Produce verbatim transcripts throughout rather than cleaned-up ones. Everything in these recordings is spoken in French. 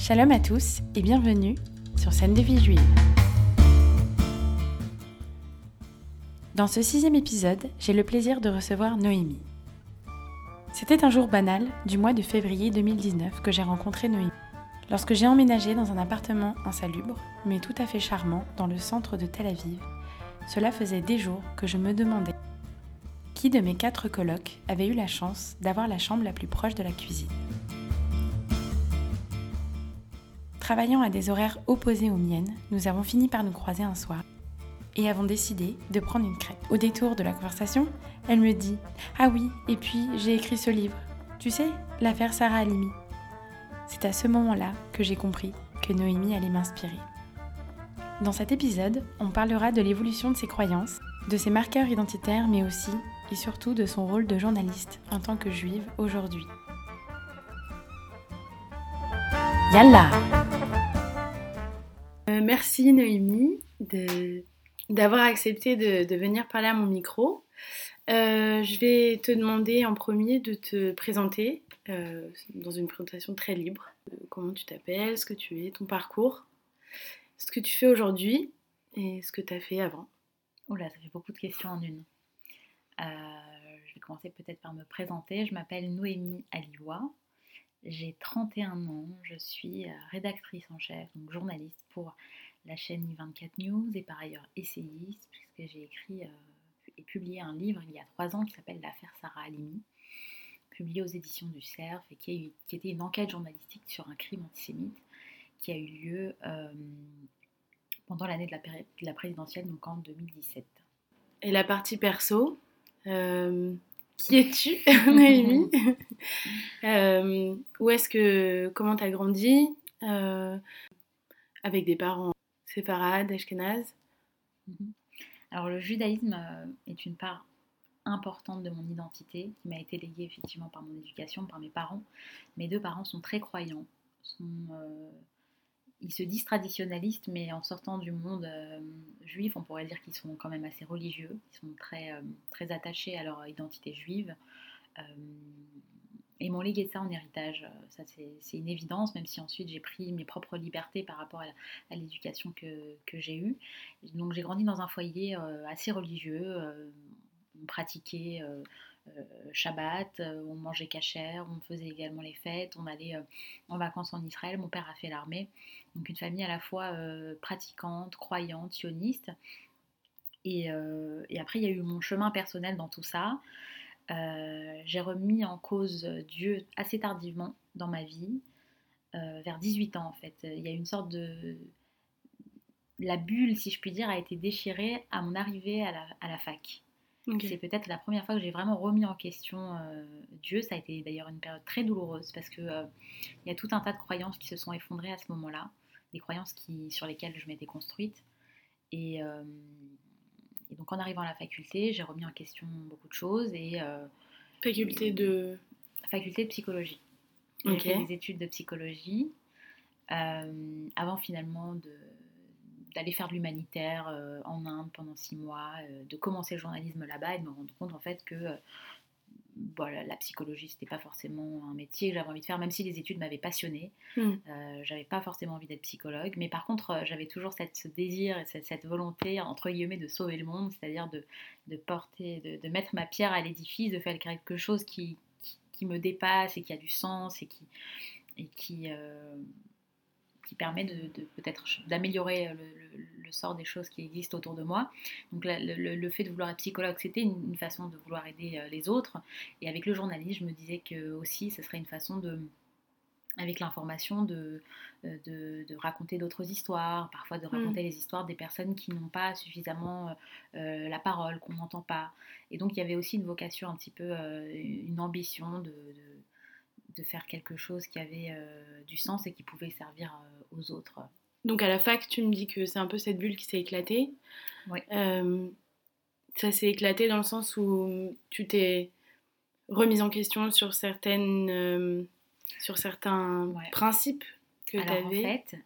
Shalom à tous et bienvenue sur Scène de vie juive. Dans ce sixième épisode, j'ai le plaisir de recevoir Noémie. C'était un jour banal du mois de février deux mille dix-neuf que j'ai rencontré Noémie. Lorsque j'ai emménagé dans un appartement insalubre, mais tout à fait charmant, dans le centre de Tel Aviv, cela faisait des jours que je me demandais qui de mes quatre colocs avait eu la chance d'avoir la chambre la plus proche de la cuisine. Travaillant à des horaires opposés aux miennes, nous avons fini par nous croiser un soir et avons décidé de prendre une crêpe. Au détour de la conversation, elle me dit « Ah oui, et puis j'ai écrit ce livre. Tu sais, l'affaire Sarah Halimi. » C'est à ce moment-là que j'ai compris que Noémie allait m'inspirer. Dans cet épisode, on parlera de l'évolution de ses croyances, de ses marqueurs identitaires, mais aussi et surtout de son rôle de journaliste en tant que juive aujourd'hui. Yallah! Euh, merci Noémie de, d'avoir accepté de, de venir parler à mon micro. Euh, je vais te demander en premier de te présenter euh, dans une présentation très libre. Euh, comment tu t'appelles, ce que tu es, ton parcours, ce que tu fais aujourd'hui et ce que tu as fait avant. Oula, ça fait beaucoup de questions en une. Euh, je vais commencer peut-être par me présenter. Je m'appelle Noémie Aliwa. J'ai trente et un ans, je suis rédactrice en chef, donc journaliste pour la chaîne I vingt-quatre News et par ailleurs essayiste, puisque j'ai écrit euh, et publié un livre il y a trois ans qui s'appelle L'affaire Sarah Halimi, publié aux éditions du Cerf et qui, a eu, qui était une enquête journalistique sur un crime antisémite qui a eu lieu euh, pendant l'année de la, péri- de la présidentielle, donc en deux mille dix-sept. Et la partie perso, euh, qui es-tu, Noémie? euh, Où est-ce que, comment t'as grandi euh, avec des parents séfarades, ashkénazes? Mm-hmm. Alors le judaïsme euh, est une part importante de mon identité qui m'a été léguée effectivement par mon éducation, par mes parents. Mes deux parents sont très croyants, sont, euh, ils se disent traditionnalistes, mais en sortant du monde euh, juif, on pourrait dire qu'ils sont quand même assez religieux, ils sont très, euh, très attachés à leur identité juive. Euh, et m'ont légué ça en héritage, ça c'est, c'est une évidence, même si ensuite j'ai pris mes propres libertés par rapport à, la, à l'éducation que, que j'ai eue. Donc j'ai grandi dans un foyer euh, assez religieux, euh, on pratiquait euh, euh, Shabbat, euh, on mangeait kasher, on faisait également les fêtes, on allait euh, en vacances en Israël, mon père a fait l'armée, donc une famille à la fois euh, pratiquante, croyante, sioniste. Et, euh, et après il y a eu mon chemin personnel dans tout ça. Euh, j'ai remis en cause Dieu assez tardivement dans ma vie, euh, vers dix-huit ans en fait. Il y a une sorte de... La bulle, si je puis dire, a été déchirée à mon arrivée à la, à la fac. Okay. C'est peut-être la première fois que j'ai vraiment remis en question euh, Dieu. Ça a été d'ailleurs une période très douloureuse parce qu'il euh, y a tout un tas de croyances qui se sont effondrées à ce moment-là, des croyances qui, sur lesquelles je m'étais construite. Et... Euh, Et donc en arrivant à la faculté, j'ai remis en question beaucoup de choses. Et, euh, faculté de... Faculté de psychologie. Okay. J'ai fait des études de psychologie euh, avant finalement de, d'aller faire de l'humanitaire euh, en Inde pendant six mois, euh, de commencer le journalisme là-bas et de me rendre compte en fait que euh, voilà, la psychologie c'était pas forcément un métier que j'avais envie de faire, même si les études m'avaient passionnée. Mm. Euh, j'avais pas forcément envie d'être psychologue, mais par contre euh, j'avais toujours cette, ce désir et cette, cette volonté entre guillemets de sauver le monde, c'est-à-dire de, de porter, de, de mettre ma pierre à l'édifice, de faire quelque chose qui, qui, qui me dépasse et qui a du sens et qui, et qui, euh, qui permet de, de peut-être d'améliorer le, le, le sort des choses qui existent autour de moi. Donc la, le, le fait de vouloir être psychologue, c'était une, une façon de vouloir aider les autres. Et avec le journalisme, je me disais que aussi, ce serait une façon de, avec l'information, de, de, de raconter d'autres histoires, parfois de raconter mmh. les histoires des personnes qui n'ont pas suffisamment euh, la parole, qu'on n'entend pas. Et donc il y avait aussi une vocation un petit peu, euh, une ambition de, de de faire quelque chose qui avait euh, du sens et qui pouvait servir euh, aux autres. Donc à la fac, tu me dis que c'est un peu cette bulle qui s'est éclatée. Oui. Euh, ça s'est éclaté dans le sens où tu t'es remise en question sur, certaines, euh, sur certains ouais. principes que tu avais. Alors en fait,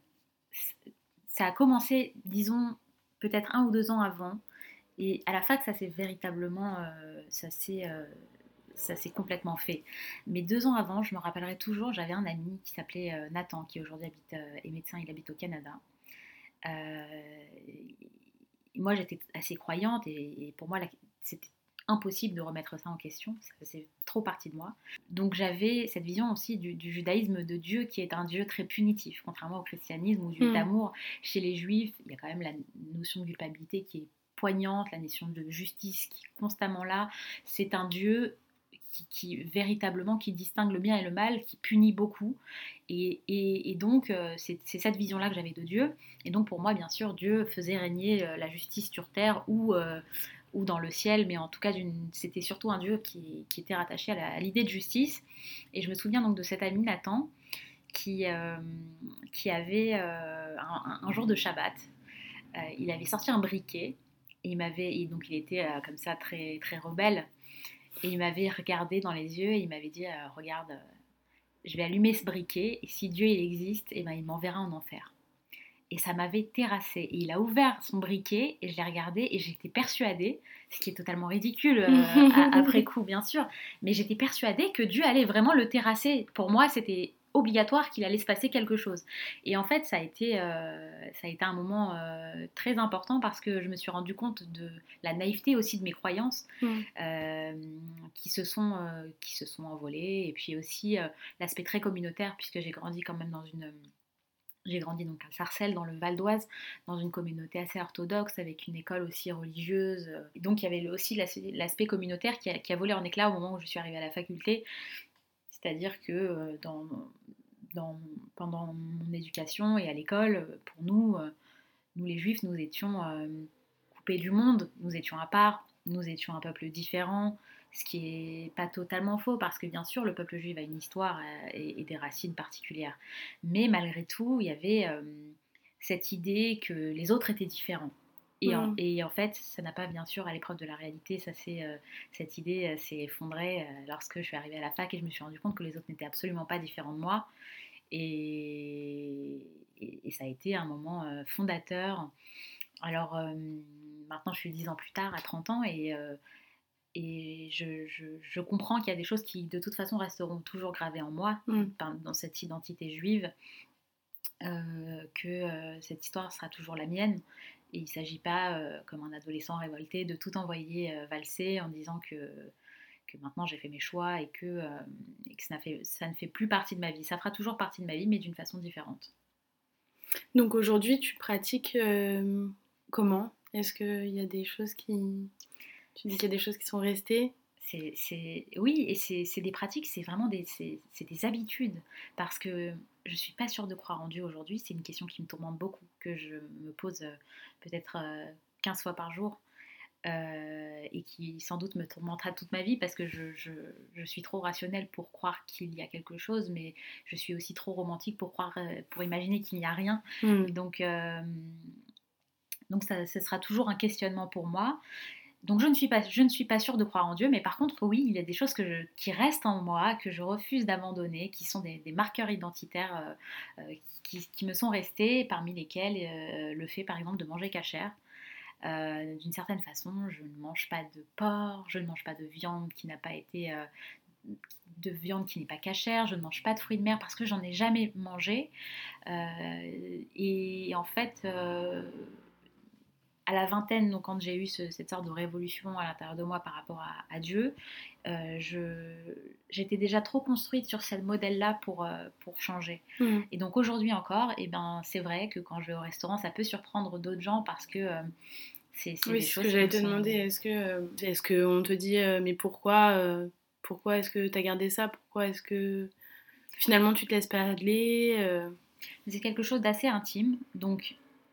ça a commencé, disons, peut-être un ou deux ans avant. Et à la fac, ça s'est véritablement... Euh, ça s'est... Euh, ça s'est complètement fait. Mais deux ans avant, je me rappellerai toujours, j'avais un ami qui s'appelait euh, Nathan, qui aujourd'hui habite, euh, est médecin, il habite au Canada. Euh, Moi, j'étais assez croyante et, et pour moi, la- c'était impossible de remettre ça en question. Ça faisait trop partie de moi. Donc j'avais cette vision aussi du, du judaïsme de Dieu qui est un Dieu très punitif, contrairement au christianisme où Dieu est Mm. amour. Chez les juifs, il y a quand même la notion de culpabilité qui est poignante, la notion de justice qui est constamment là. C'est un Dieu qui, qui véritablement qui distingue le bien et le mal, qui punit beaucoup. Et, et, et donc, euh, c'est, c'est cette vision-là que j'avais de Dieu. Et donc, pour moi, bien sûr, Dieu faisait régner euh, la justice sur terre ou, euh, ou dans le ciel, mais en tout cas, d'une- c'était surtout un Dieu qui, qui était rattaché à, la- à l'idée de justice. Et je me souviens donc de cet ami Nathan qui, euh, qui avait euh, un, un jour de Shabbat, euh, il avait sorti un briquet. Et il m'avait, et donc il était euh, comme ça très, très rebelle. Et il m'avait regardé dans les yeux et il m'avait dit euh, regarde, euh, je vais allumer ce briquet et si Dieu il existe, eh ben, il m'enverra en enfer. Et ça m'avait terrassée. Et il a ouvert son briquet et je l'ai regardé et j'étais persuadée, ce qui est totalement ridicule euh, à- après coup bien sûr, mais j'étais persuadée que Dieu allait vraiment le terrasser. Pour moi, c'était obligatoire qu'il allait se passer quelque chose. Et en fait, ça a été, euh, ça a été un moment euh, très important parce que je me suis rendu compte de la naïveté aussi de mes croyances Mm. euh, qui, se sont, euh, qui se sont envolées. Et puis aussi euh, l'aspect très communautaire puisque j'ai grandi quand même dans une... J'ai grandi donc à Sarcelles, dans le Val d'Oise, dans une communauté assez orthodoxe, avec une école aussi religieuse. Et donc il y avait aussi l'aspect communautaire qui a, qui a volé en éclat au moment où je suis arrivée à la faculté. C'est-à-dire que euh, dans, dans, pendant mon éducation et à l'école, pour nous, euh, nous les juifs, nous étions euh, coupés du monde, nous étions à part, nous étions un peuple différent, ce qui n'est pas totalement faux parce que bien sûr le peuple juif a une histoire euh, et, et des racines particulières. Mais malgré tout, il y avait euh, cette idée que les autres étaient différents. Et en, Mm. et en fait, ça n'a pas bien sûr à l'épreuve de la réalité, ça c'est, euh, cette idée euh, s'est effondrée euh, lorsque je suis arrivée à la fac et je me suis rendu compte que les autres n'étaient absolument pas différents de moi. Et, et, et ça a été un moment euh, fondateur. Alors euh, maintenant je suis dix ans plus tard, à trente ans, et, euh, et je, je, je comprends qu'il y a des choses qui de toute façon resteront toujours gravées en moi, Mm. dans cette identité juive, euh, que euh, cette histoire sera toujours la mienne. Et il ne s'agit pas, euh, comme un adolescent révolté, de tout envoyer euh, valser en disant que, que maintenant j'ai fait mes choix et que, euh, et que ça, n'a fait, ça ne fait plus partie de ma vie. Ça fera toujours partie de ma vie, mais d'une façon différente. Donc aujourd'hui, tu pratiques euh, comment? Est-ce qu'il y a des choses qui... Tu dis qu'il y a des choses qui sont restées? C'est, c'est, oui, et c'est, c'est des pratiques, c'est vraiment des, c'est, c'est des habitudes. Parce que je ne suis pas sûre de croire en Dieu aujourd'hui. C'est une question qui me tourmente beaucoup, que je me pose euh, peut-être euh, quinze fois par jour. Euh, et qui sans doute me tourmentera toute ma vie parce que je, je, je suis trop rationnelle pour croire qu'il y a quelque chose, mais je suis aussi trop romantique pour, croire, euh, pour imaginer qu'il n'y a rien. Mm. Donc, euh, donc ça, ce sera toujours un questionnement pour moi. Donc je ne, suis pas, je ne suis pas sûre de croire en Dieu, mais par contre, oui, il y a des choses que je- qui restent en moi, que je refuse d'abandonner, qui sont des, des marqueurs identitaires euh, euh, qui, qui me sont restés, parmi lesquels euh, le fait, par exemple, de manger cachère. Euh, d'une certaine façon, je ne mange pas de porc, je ne mange pas de viande qui n'a pas été... euh, de viande qui n'est pas cachère, je ne mange pas de fruits de mer parce que j'en ai jamais mangé. Euh, et en fait... Euh, à la vingtaine, donc quand j'ai eu ce- cette sorte de révolution à l'intérieur de moi par rapport à, à Dieu, euh, je, j'étais déjà trop construite sur ce modèle-là pour, euh, pour changer. Mm. Et donc aujourd'hui encore, eh ben, c'est vrai que quand je vais au restaurant, ça peut surprendre d'autres gens parce que euh, c'est, c'est Oui, des c'est ce choses que qui j'allais me te sont... demander. Est-ce que, euh, est-ce que on te dit, euh, mais pourquoi, euh, pourquoi est-ce que tu as gardé ça? Pourquoi est-ce que finalement tu te laisses pas aller? euh C'est quelque chose d'assez intime, donc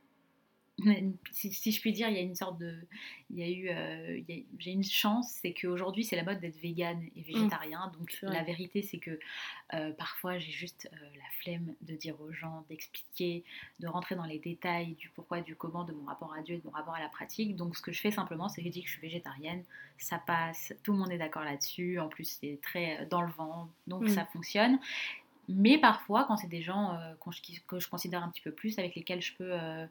si, si je puis dire, il y a une sorte de, il y a eu, euh, il y a- j'ai une chance, c'est qu'aujourd'hui c'est la mode d'être végane et Mm. végétarien. Donc C'est la vrai. vérité c'est que euh, parfois j'ai juste euh, la flemme de dire aux gens, d'expliquer, de rentrer dans les détails du pourquoi, du comment, de mon rapport à Dieu, de mon rapport à la pratique. Donc ce que je fais simplement, c'est que je dis que je suis végétarienne, ça passe, tout le monde est d'accord là-dessus. En plus c'est très euh, dans le vent, donc Mm. ça fonctionne. Mais parfois, quand c'est des gens euh, qu'on- que je considère un petit peu plus, avec lesquels je peux euh,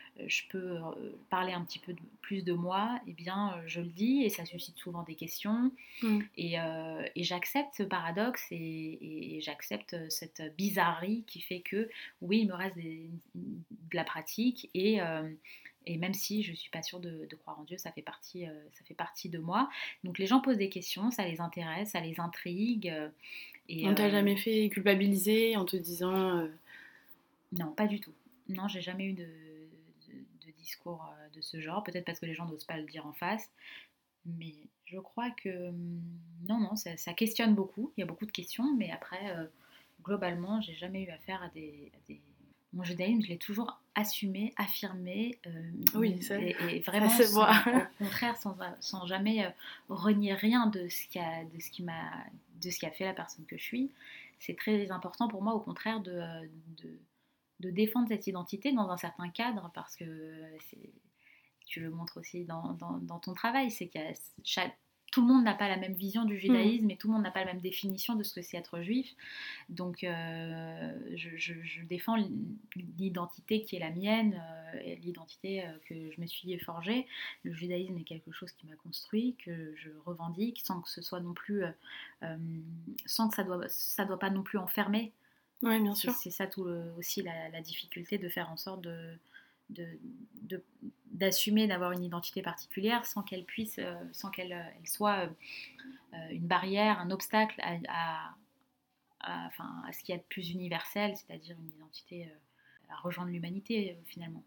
je peux euh, parler un petit peu de- plus de moi, eh bien, euh, je le dis et ça suscite souvent des questions. Mm. Et, euh, et j'accepte ce paradoxe et, et- et j'accepte cette bizarrerie qui fait que, oui, il me reste des- de la pratique et, euh, et même si je ne suis pas sûre de, de croire en Dieu, ça fait, partie, euh, ça fait partie de moi. Donc les gens posent des questions, ça les intéresse, ça les intrigue. euh, et On t'a euh, jamais fait culpabiliser en te disant euh, non, pas du tout. Non, j'ai jamais eu de, de- de discours euh, de ce genre. Peut-être parce que les gens n'osent pas le dire en face. Mais je crois que hum, non, non, ça, ça questionne beaucoup. Il y a beaucoup de questions, mais après, euh, globalement, j'ai jamais eu affaire à des, à des- Mon judaïsme, je l'ai toujours assumé, affirmé, euh, oui, ça, et, et ça vraiment se voit. sans, au contraire, sans, sans jamais euh, renier rien de ce qui a, de ce qui m'a, de ce qui a fait la personne que je suis. C'est très important pour moi, au contraire, de, euh, de, de défendre cette identité dans un certain cadre, parce que c'est tu le montres aussi dans, dans, dans ton travail, c'est que tout le monde n'a pas la même vision du Mm. judaïsme et tout le monde n'a pas la même définition de ce que c'est être juif. Donc euh, je, je, je, défends l'identité qui est la mienne, euh, l'identité euh, que je me suis forgée. Le judaïsme est quelque chose qui m'a construit, que je revendique, sans que ce soit non plus, euh, euh, sans que ça doit, ça doit pas non plus enfermer. Oui, bien C'est, sûr. c'est ça tout le, aussi la, la difficulté de faire en sorte de, de, de, d'assumer d'avoir une identité particulière sans qu'elle puisse, euh, sans qu'elle euh, elle soit euh, une barrière, un obstacle à, à, à, enfin, à ce qu'il y a de plus universel, c'est-à-dire une identité euh, à rejoindre l'humanité euh, finalement.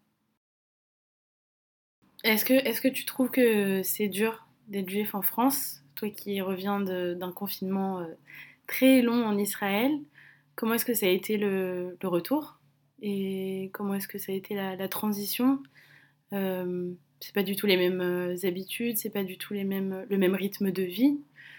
Est-ce que, est-ce que tu trouves que c'est dur d'être juif en France, toi qui reviens de- d'un confinement euh, très long en Israël? Comment est-ce que ça a été le, le retour? Et comment est-ce que ça a été la, la transition? Euh, c'est pas du tout les mêmes euh, habitudes, c'est pas du tout les mêmes, le même rythme de vie.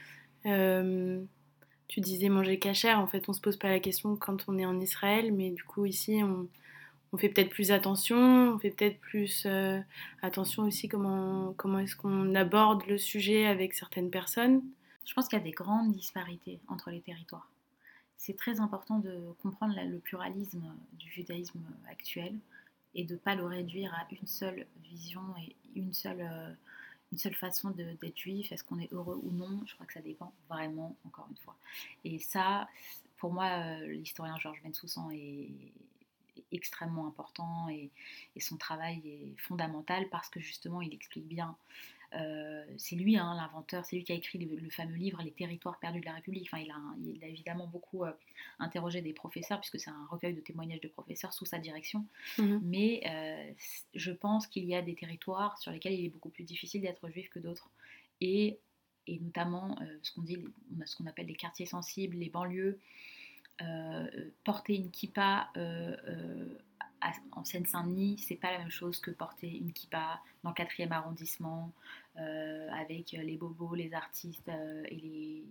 Euh, Tu disais manger cachère, en fait on se pose pas la question quand on est en Israël, mais du coup ici on, on fait peut-être plus attention, on fait peut-être plus euh, attention aussi comment, comment est-ce qu'on aborde le sujet avec certaines personnes. Je pense qu'il y a des grandes disparités entre les territoires. C'est très important de comprendre le pluralisme du judaïsme actuel et de ne pas le réduire à une seule vision et une seule, euh, une seule façon de, d'être juif. Est-ce qu'on est heureux ou non? Je crois que ça dépend vraiment, encore une fois. Et ça, pour moi, euh, l'historien Georges Bensoussan est, est extrêmement important et, et son travail est fondamental parce que justement, il explique bien. Euh, c'est lui hein, l'inventeur, c'est lui qui a écrit le, le fameux livre Les territoires perdus de la République. Enfin, il, a, il a évidemment beaucoup euh, interrogé des professeurs, puisque c'est un recueil de témoignages de professeurs sous sa direction. Mhm. Mais euh, je pense qu'il y a des territoires sur lesquels il est beaucoup plus difficile d'être juif que d'autres. Et, et notamment euh, ce qu'on dit, on a ce qu'on appelle les quartiers sensibles, les banlieues. Euh, porter une kippa euh, euh, à, en Seine-Saint-Denis, c'est pas la même chose que porter une kippa dans le quatrième arrondissement, euh, avec les bobos, les artistes euh, et, les,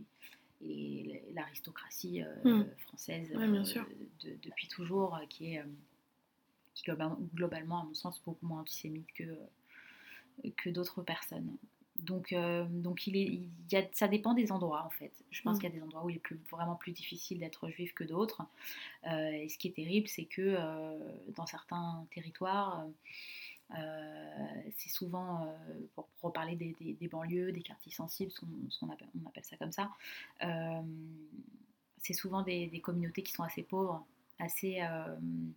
et l'aristocratie euh, Mhm. française Ouais, bien euh, sûr. de, depuis toujours, qui est euh, qui globalement, globalement, à mon sens, beaucoup moins antisémite que, que d'autres personnes. Donc, euh, donc il est, il y a, ça dépend des endroits en fait. Je pense Mhm. qu'il y a des endroits où il est plus, vraiment plus difficile d'être juif que d'autres. Euh, et ce qui est terrible, c'est que euh, dans certains territoires, euh, c'est souvent, euh, pour reparler des, des, des banlieues, des quartiers sensibles, ce qu'on, ce qu'on appelle, on appelle ça comme ça, euh, c'est souvent des, des communautés qui sont assez pauvres, assez, euh,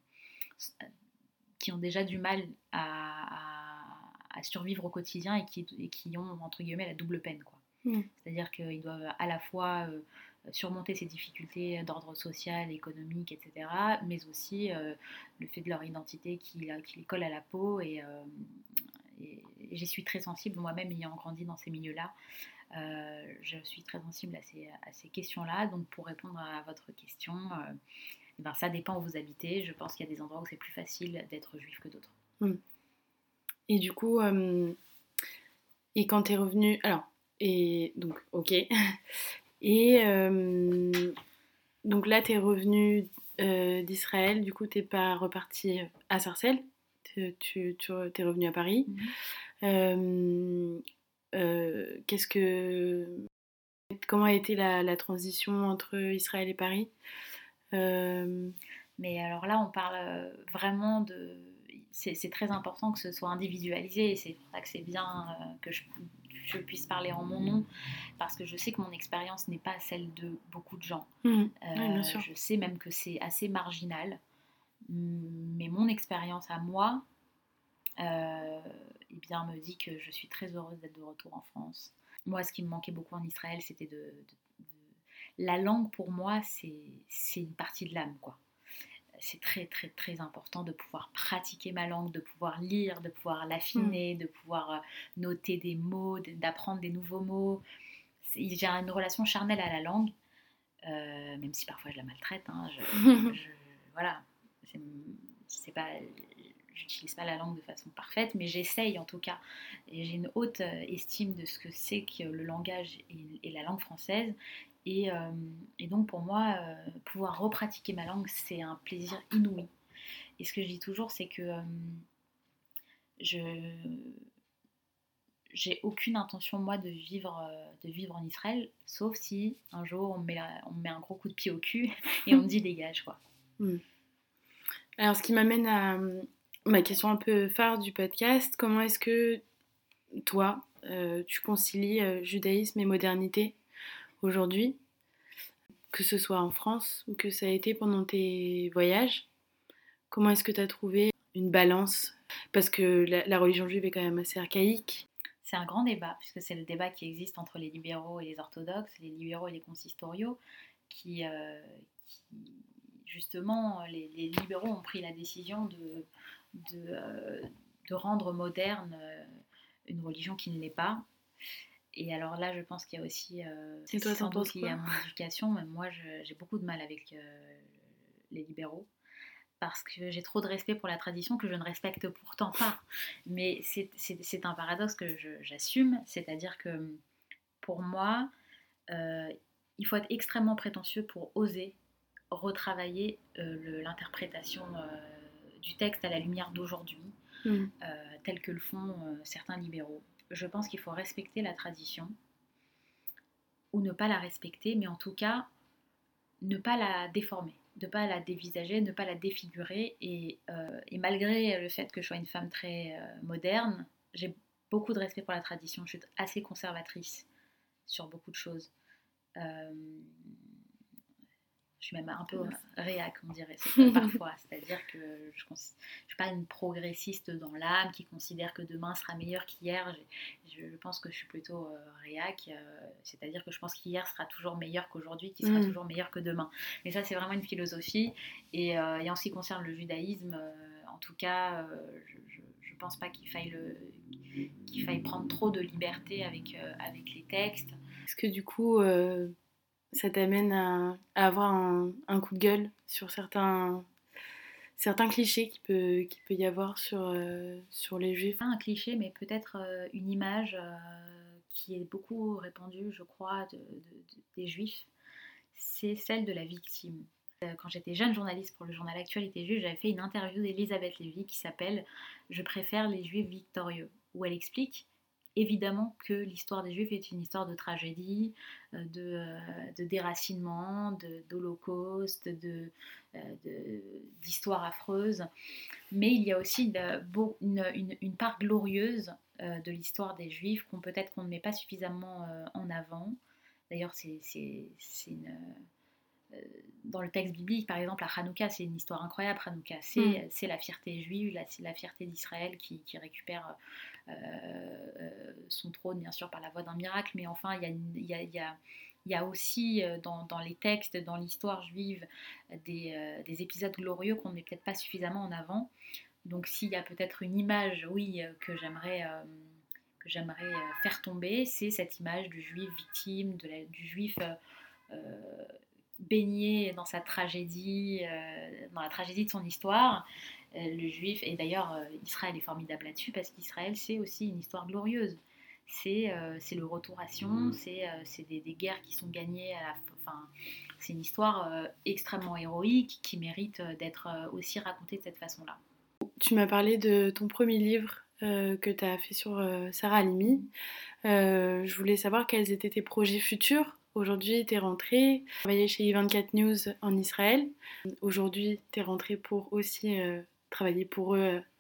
qui ont déjà du mal à, à, à survivre au quotidien et qui, et qui ont, entre guillemets, la double peine, quoi. Mhm. C'est-à-dire qu'ils doivent à la fois euh, surmonter ces difficultés d'ordre social, économique, et cetera, mais aussi euh, le fait de leur identité qui, qui les colle à la peau. Et, euh, et, et j'y suis très sensible, moi-même ayant grandi dans ces milieux-là. Euh, je suis très sensible à ces, à ces questions-là. Donc pour répondre à votre question, euh, ben, ça dépend où vous habitez. Je pense qu'il y a des endroits où c'est plus facile d'être juif que d'autres. Mhm. Et du coup, euh, et quand t'es revenu, alors, et donc, ok. Et euh, donc là, t'es revenu euh, d'Israël, du coup, t'es pas reparti à Sarcelles, tu, tu, tu t'es revenu à Paris. Mm-hmm. Euh, euh, qu'est-ce que, comment a été la, la transition entre Israël et Paris? Euh, Mais alors là, on parle euh, vraiment de... c'est, c'est très important que ce soit individualisé, et c'est pour ça que c'est bien euh, que je, je puisse parler en mon nom, parce que je sais que mon expérience n'est pas celle de beaucoup de gens. Mmh. Euh, Oui, bien sûr. je sais même que c'est assez marginal, mais mon expérience à moi euh, eh bien, me dit que je suis très heureuse d'être de retour en France. Moi, ce qui me manquait beaucoup en Israël, c'était de... de, de... La langue, pour moi, c'est, c'est une partie de l'âme, quoi. C'est très très très important de pouvoir pratiquer ma langue, de pouvoir lire, de pouvoir l'affiner, mmh. de pouvoir euh, noter des mots, d'apprendre des nouveaux mots. C'est, j'ai une relation charnelle à la langue, euh, même si parfois je la maltraite. Hein, je, je, voilà, c'est, c'est pas, j'utilise pas la langue de façon parfaite, mais j'essaye en tout cas. Et j'ai une haute estime de ce que c'est que le langage et, et la langue française. Et, euh, et donc pour moi, euh, pouvoir repratiquer ma langue, c'est un plaisir inouï. Et ce que je dis toujours, c'est que euh, je j'ai aucune intention moi de vivre, euh, de vivre en Israël, sauf si un jour on me met, la, on me met un gros coup de pied au cul et on me dit dégage, quoi. Mmh. Alors ce qui m'amène à ma question un peu phare du podcast, comment est-ce que toi, euh, tu concilies euh, judaïsme et modernité aujourd'hui, que ce soit en France ou que ça a été pendant tes voyages? Comment est-ce que tu as trouvé une balance? Parce que la, la religion juive est quand même assez archaïque. C'est un grand débat, puisque c'est le débat qui existe entre les libéraux et les orthodoxes, les libéraux et les consistoriaux, qui, euh, qui justement, les, les libéraux ont pris la décision de, de, euh, de rendre moderne euh, une religion qui ne l'est pas. Et alors là, je pense qu'il y a aussi, euh, et toi, sans doute lié à mon éducation, mais moi, je, j'ai beaucoup de mal avec euh, les libéraux, parce que j'ai trop de respect pour la tradition que je ne respecte pourtant pas. Mais c'est, c'est, c'est un paradoxe que je, j'assume, c'est-à-dire que pour moi, euh, il faut être extrêmement prétentieux pour oser retravailler euh, le, l'interprétation euh, du texte à la lumière d'aujourd'hui, mmh. euh, tel que le font euh, certains libéraux. Je pense qu'il faut respecter la tradition, ou ne pas la respecter, mais en tout cas, ne pas la déformer, ne pas la dévisager, ne pas la défigurer. Et, euh, et malgré le fait que je sois une femme très euh, moderne, j'ai beaucoup de respect pour la tradition. Je suis assez conservatrice sur beaucoup de choses. Euh, je suis même un peu réac, on dirait, parfois. C'est-à-dire que je ne suis pas une progressiste dans l'âme qui considère que demain sera meilleur qu'hier. Je, je pense que je suis plutôt euh, réac, euh, c'est-à-dire que je pense qu'hier sera toujours meilleur qu'aujourd'hui, qu'il sera mmh. toujours meilleur que demain. Mais ça, c'est vraiment une philosophie. Et, euh, et en ce qui concerne le judaïsme, euh, en tout cas, euh, je ne pense pas qu'il faille, le, qu'il faille prendre trop de liberté avec, euh, avec les textes. Est-ce que du coup... Euh... ça t'amène à, à avoir un, un coup de gueule sur certains, certains clichés qu'il peut, qu'il peut y avoir sur, euh, sur les juifs? Pas un cliché, mais peut-être euh, une image euh, qui est beaucoup répandue, je crois, de, de, de, des juifs, c'est celle de la victime. Euh, quand j'étais jeune journaliste pour le journal Actualité Juive, j'avais fait une interview d'Elisabeth Lévy qui s'appelle « Je préfère les juifs victorieux », où elle explique évidemment que l'histoire des Juifs est une histoire de tragédie, de, de déracinement, de, d'holocauste, de, de, d'histoire affreuse. Mais il y a aussi une, une, une part glorieuse de l'histoire des Juifs qu'on peut-être qu'on ne met pas suffisamment en avant. D'ailleurs, c'est, c'est, c'est une... Dans le texte biblique, par exemple, à Hanouka, c'est une histoire incroyable. Hanouka, c'est, mmh. c'est la fierté juive, la, c'est la fierté d'Israël qui, qui récupère euh, euh, son trône, bien sûr, par la voie d'un miracle. Mais enfin, il y a, y a, y a, y a aussi dans, dans les textes, dans l'histoire juive, des, euh, des épisodes glorieux qu'on ne met peut-être pas suffisamment en avant. Donc, s'il y a peut-être une image, oui, que j'aimerais... Euh, que j'aimerais faire tomber, c'est cette image du juif victime, de la, du juif... Euh, baigné dans sa tragédie, euh, dans la tragédie de son histoire, euh, le juif, et d'ailleurs euh, Israël est formidable là-dessus, parce qu'Israël c'est aussi une histoire glorieuse, c'est, euh, c'est le retour à Sion, c'est, euh, c'est des, des guerres qui sont gagnées, à la, enfin, c'est une histoire euh, extrêmement héroïque qui mérite d'être euh, aussi racontée de cette façon-là. Tu m'as parlé de ton premier livre euh, que tu as fait sur euh, Sarah Halimi. Euh, je voulais savoir quels étaient tes projets futurs. Aujourd'hui, tu es rentrée, tu travaillais chez I vingt-quatre News en Israël. Aujourd'hui, tu es rentrée pour aussi euh, travailler pour eux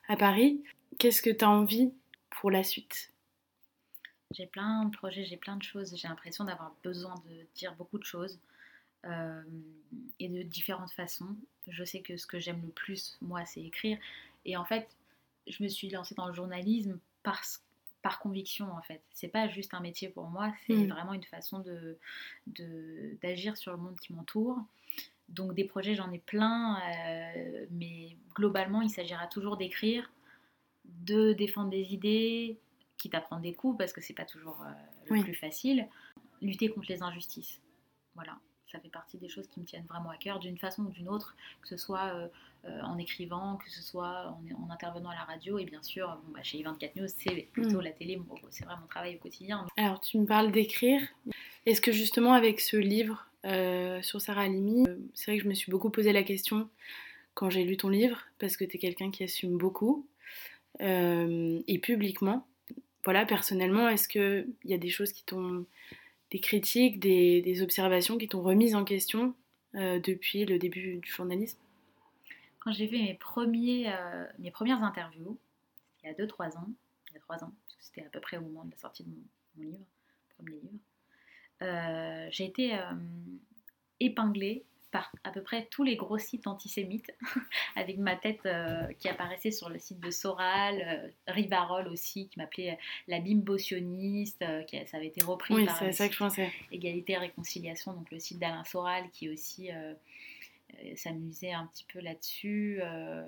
à Paris. Qu'est-ce que tu as envie pour la suite ? J'ai plein de projets, j'ai plein de choses. J'ai l'impression d'avoir besoin de dire beaucoup de choses euh, et de différentes façons. Je sais que ce que j'aime le plus, moi, c'est écrire. Et en fait, je me suis lancée dans le journalisme par, par conviction, en fait. C'est pas juste un métier pour moi, c'est mmh. vraiment une façon de, de, d'agir sur le monde qui m'entoure. Donc des projets, j'en ai plein, euh, mais globalement, il s'agira toujours d'écrire, de défendre des idées, quitte à prendre des coups, parce que c'est pas toujours euh, le oui. plus facile. Lutter contre les injustices. Voilà, ça fait partie des choses qui me tiennent vraiment à cœur, d'une façon ou d'une autre, que ce soit euh, euh, en écrivant, que ce soit en, en intervenant à la radio, et bien sûr, bon, bah, chez I vingt-quatre News, c'est plutôt mmh. la télé, bon, c'est vraiment mon travail au quotidien. Alors, tu me parles d'écrire. Est-ce que justement, avec ce livre euh, sur Sarah Halimi, euh, c'est vrai que je me suis beaucoup posé la question quand j'ai lu ton livre, parce que tu es quelqu'un qui assume beaucoup, euh, et publiquement. Voilà, personnellement, est-ce qu'il y a des choses qui t'ont... des critiques, des, des observations qui t'ont remise en question euh, depuis le début du journalisme ? Quand j'ai fait mes, premiers, euh, mes premières interviews, il y a deux trois ans, il y a trois ans, parce que c'était à peu près au moment de la sortie de mon, mon livre, premier livre, euh, j'ai été euh, épinglée par à peu près tous les gros sites antisémites, avec ma tête euh, qui apparaissait sur le site de Soral, euh, Rivarol aussi, qui m'appelait la bimbo-sioniste, euh, qui, ça avait été repris oui, par c'est ça que je pensais. Égalité et Réconciliation, donc le site d'Alain Soral, qui aussi euh, euh, s'amusait un petit peu là-dessus. Euh,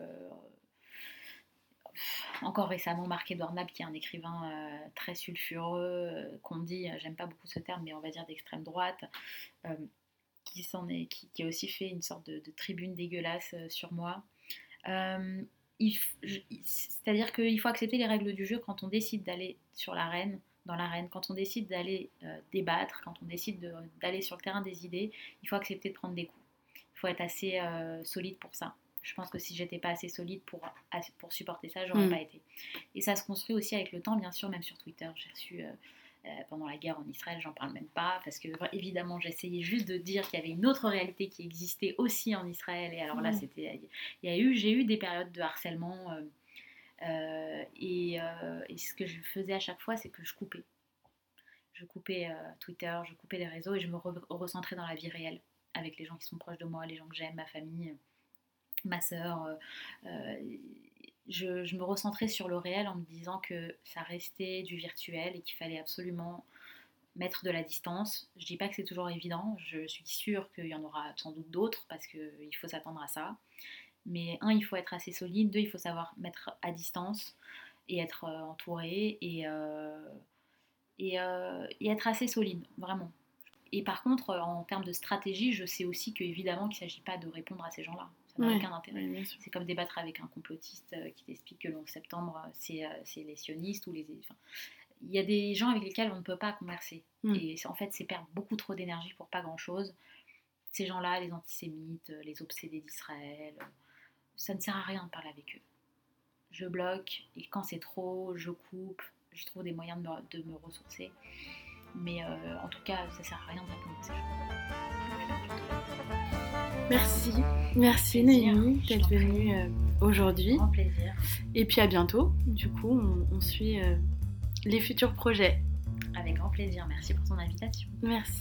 encore récemment, Marc-Édouard Nab, qui est un écrivain euh, très sulfureux, euh, qu'on dit, euh, j'aime pas beaucoup ce terme, mais on va dire d'extrême droite, euh, Qui, s'en est, qui, qui a aussi fait une sorte de, de tribune dégueulasse euh, sur moi. Euh, il, je, c'est-à-dire qu'il faut accepter les règles du jeu quand on décide d'aller sur l'arène, dans l'arène, quand on décide d'aller euh, débattre, quand on décide de, d'aller sur le terrain des idées, il faut accepter de prendre des coups. Il faut être assez euh, solide pour ça. Je pense que si j'étais pas assez solide pour, pour supporter ça, j'aurais mmh. pas été. Et ça se construit aussi avec le temps, bien sûr, même sur Twitter. J'ai reçu... Euh, Euh, pendant la guerre en Israël, j'en parle même pas, parce que évidemment j'essayais juste de dire qu'il y avait une autre réalité qui existait aussi en Israël, et alors là mmh. c'était, il y a eu, j'ai eu des périodes de harcèlement, euh, euh, et, euh, et ce que je faisais à chaque fois, c'est que je coupais, je coupais euh, Twitter, je coupais les réseaux, et je me re- recentrais dans la vie réelle, avec les gens qui sont proches de moi, les gens que j'aime, ma famille, ma sœur. Euh, euh, Je, je me recentrais sur le réel en me disant que ça restait du virtuel et qu'il fallait absolument mettre de la distance. Je dis pas que c'est toujours évident, je suis sûre qu'il y en aura sans doute d'autres parce qu'il faut s'attendre à ça. Mais un, il faut être assez solide, deux, il faut savoir mettre à distance et être euh, entouré et, euh, et, euh, et être assez solide, vraiment. Et par contre, en termes de stratégie, je sais aussi qu'évidemment qu'il ne s'agit pas de répondre à ces gens-là. Ça n'a ouais, aucun intérêt. Ouais, c'est comme débattre avec un complotiste euh, qui t'explique que le onze septembre, c'est, euh, c'est les sionistes ou les... Enfin, il y a des gens avec lesquels on ne peut pas converser. Mm. Et en fait, c'est perdre beaucoup trop d'énergie pour pas grand-chose. Ces gens-là, les antisémites, les obsédés d'Israël, ça ne sert à rien de parler avec eux. Je bloque, et quand c'est trop, je coupe. Je trouve des moyens de me, de me ressourcer. Mais euh, en tout cas, ça ne sert à rien de répondre à ces gens. Merci, merci Noémie d'être venue euh, aujourd'hui. Grand plaisir. Et puis à bientôt. Du coup, on, on suit euh, les futurs projets. Avec grand plaisir. Merci pour ton invitation. Merci.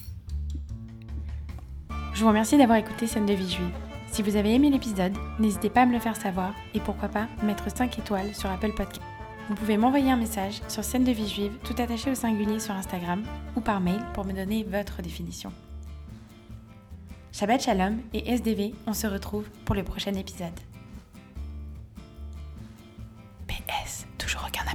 Je vous remercie d'avoir écouté Scène de vie juive. Si vous avez aimé l'épisode, n'hésitez pas à me le faire savoir et pourquoi pas mettre cinq étoiles sur Apple Podcast. Vous pouvez m'envoyer un message sur Scène de vie juive tout attaché au singulier sur Instagram ou par mail pour me donner votre définition. Shabbat Shalom et S D V, on se retrouve pour le prochain épisode. P S, toujours aucun